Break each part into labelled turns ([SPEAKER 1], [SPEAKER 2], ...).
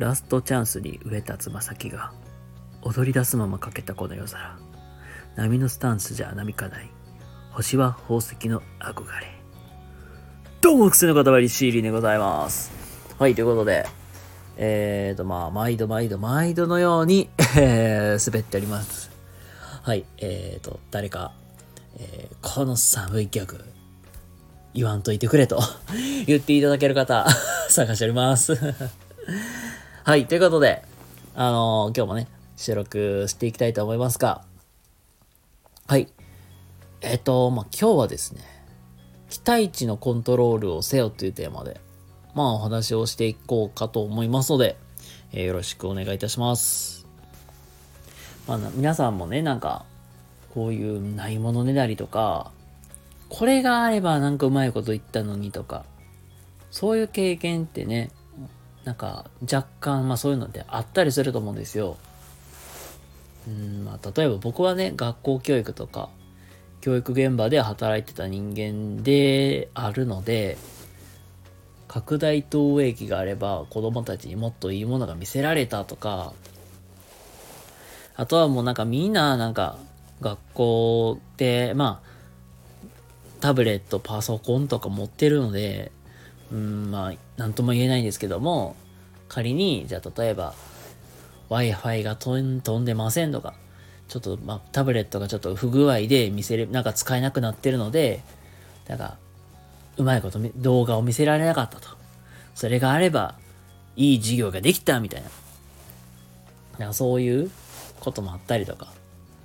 [SPEAKER 1] ラストチャンスに植えたつま先が踊り出すまま欠けたこの夜空。波のスタンスじゃ波かない。星は宝石の憧れ。どうも、癖の塊シーリーでございます。はい、ということで、毎度のように、滑っております。はい、誰か、この寒いギャグ、言わんといてくれと言っていただける方、探しております。はい、ということで、今日もね、収録していきたいと思いますが、はい。今日はですね、期待値のコントロールをせよというテーマで、お話をしていこうかと思いますので、よろしくお願いいたします。皆さんもね、こういうないものねだりとか、これがあればうまいこと言ったのにとか、そういう経験ってね、若干、そういうのってあったりすると思うんですよ。例えば僕はね、学校教育とか、教育現場で働いてた人間であるので、拡大投影機があれば子供たちにもっといいものが見せられたとか、あとはもうみんな学校でタブレット、パソコンとか持ってるので、なんとも言えないんですけども、仮にじゃあ例えば Wi-Fi が飛んでませんとか、ちょっとタブレットがちょっと不具合で使えなくなってるので、うまいこと動画を見せられなかったと。それがあればいい授業ができたみたいな。そういうこともあったりとか。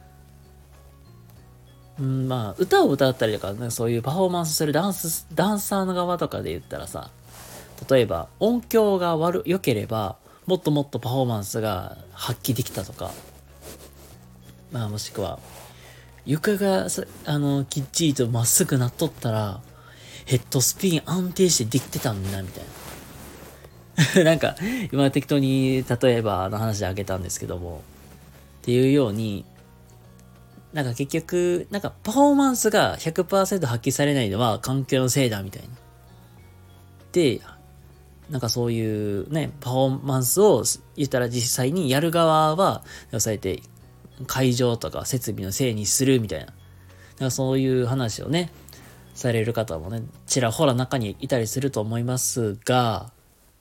[SPEAKER 1] 歌を歌ったりとか、そういうパフォーマンスするダンサーの側とかで言ったらさ、例えば音響が良ければもっともっとパフォーマンスが発揮できたとか、もしくは床がきっちりとまっすぐなっとったらヘッドスピン安定してできてたんだなみたいな今適当に例えばの話で挙げたんですけども、っていうように結局パフォーマンスが 100% 発揮されないのは環境のせいだみたいな。でそういうねパフォーマンスを言ったら実際にやる側はそうやって会場とか設備のせいにするみたいな、そういう話をねされる方もねちらほら中にいたりすると思いますが、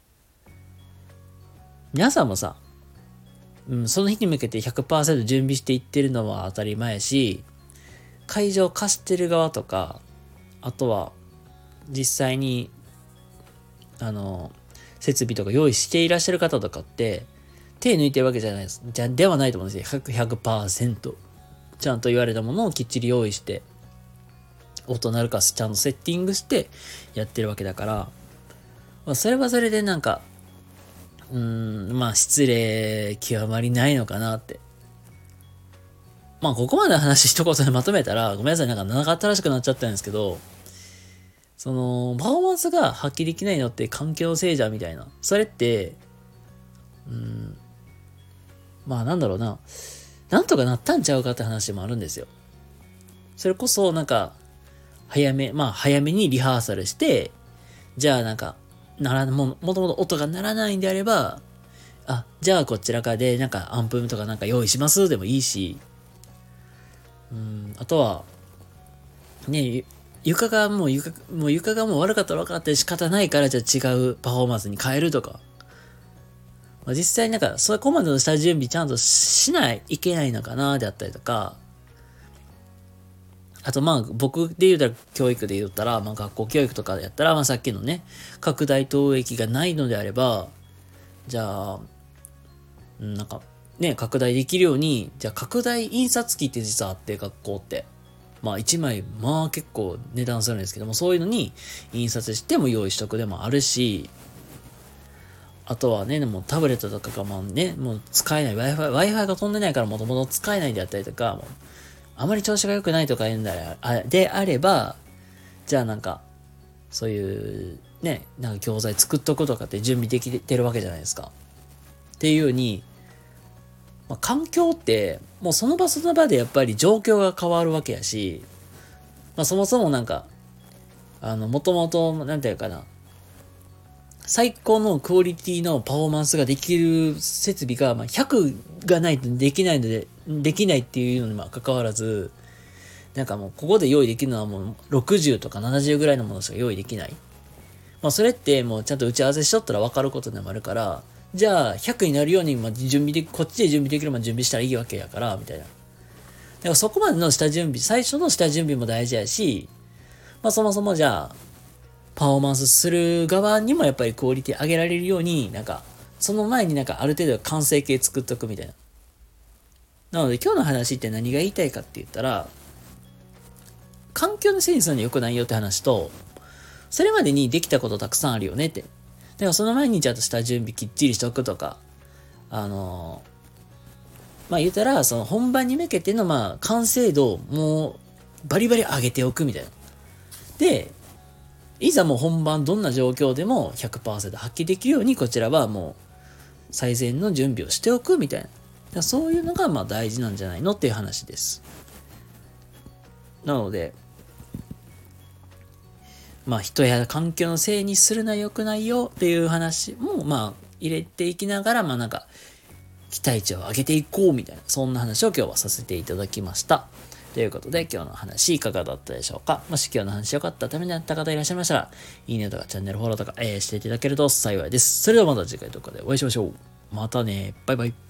[SPEAKER 1] 皆さんもさ、その日に向けて 100% 準備していってるのは当たり前し、会場を貸してる側とか、あとは実際に設備とか用意していらっしゃる方とかって手抜いてるわけじゃないです。ではないと思うんですよ。100% ちゃんと言われたものをきっちり用意して、音鳴るかちゃんとセッティングしてやってるわけだから、それはそれで失礼極まりないのかなって。ここまでの話一言でまとめたら、ごめんなさい、長ったらしくなっちゃったんですけど、パフォーマンスが発揮できないのって環境のせいじゃみたいな。それって、なんとかなったんちゃうかって話もあるんですよ。それこそ早めにリハーサルして、じゃあもともと音が鳴らないんであれば、じゃあこちらからでアンプとか用意しますでもいいし、あとはね、床がもう悪かったら分かって仕方ないから、じゃあ違うパフォーマンスに変えるとか、実際そこまでの下準備ちゃんとしないいけないのかなであったりとか、あと僕で言うたら教育で言ったら、学校教育とかでやったら、さっきのね拡大投影機がないのであれば、じゃあ拡大できるように、じゃあ拡大印刷機って実はあって、学校って1枚結構値段するんですけども、そういうのに印刷しても用意しとくでもあるし、あとはね、もうタブレットとかがもう使えない、Wi-Fi が飛んでないからもともと使えないであったりとか、あまり調子が良くないとか言うんであれば、じゃあそういうね、教材作っとくとかって準備できてるわけじゃないですか。っていうように、環境ってもうその場その場でやっぱり状況が変わるわけやし、そもそももともと最高のクオリティのパフォーマンスができる設備が、100がないとできないっていうのにもかかわらず、なんかもうここで用意できるのはもう60とか70ぐらいのものしか用意できない。それってもうちゃんと打ち合わせしとったら分かることでもあるから、じゃあ100になるようにこっちで準備できるまで準備したらいいわけやから、みたいな。だからそこまでの下準備、最初の下準備も大事やし、そもそもじゃあ、パフォーマンスする側にもやっぱりクオリティ上げられるように、その前にある程度完成形作っとくみたいな。なので今日の話って何が言いたいかって言ったら、環境のせいにするの良くないよって話と、それまでにできたことたくさんあるよねって。だからその前にちゃんとした準備きっちりしとくとか、言ったら、その本番に向けての完成度をもうバリバリ上げておくみたいな。で、いざもう本番どんな状況でも 100% 発揮できるようにこちらはもう最善の準備をしておくみたいな。そういうのが大事なんじゃないのっていう話です。なので、人や環境のせいにするのは良くないよっていう話も入れていきながら期待値を上げていこうみたいな、そんな話を今日はさせていただきました。ということで今日の話いかがだったでしょうか。もし今日の話良かったためになった方いらっしゃいましたら、いいねとかチャンネルフォローとか、していただけると幸いです。それではまた次回とかでお会いしましょう。またね。バイバイ。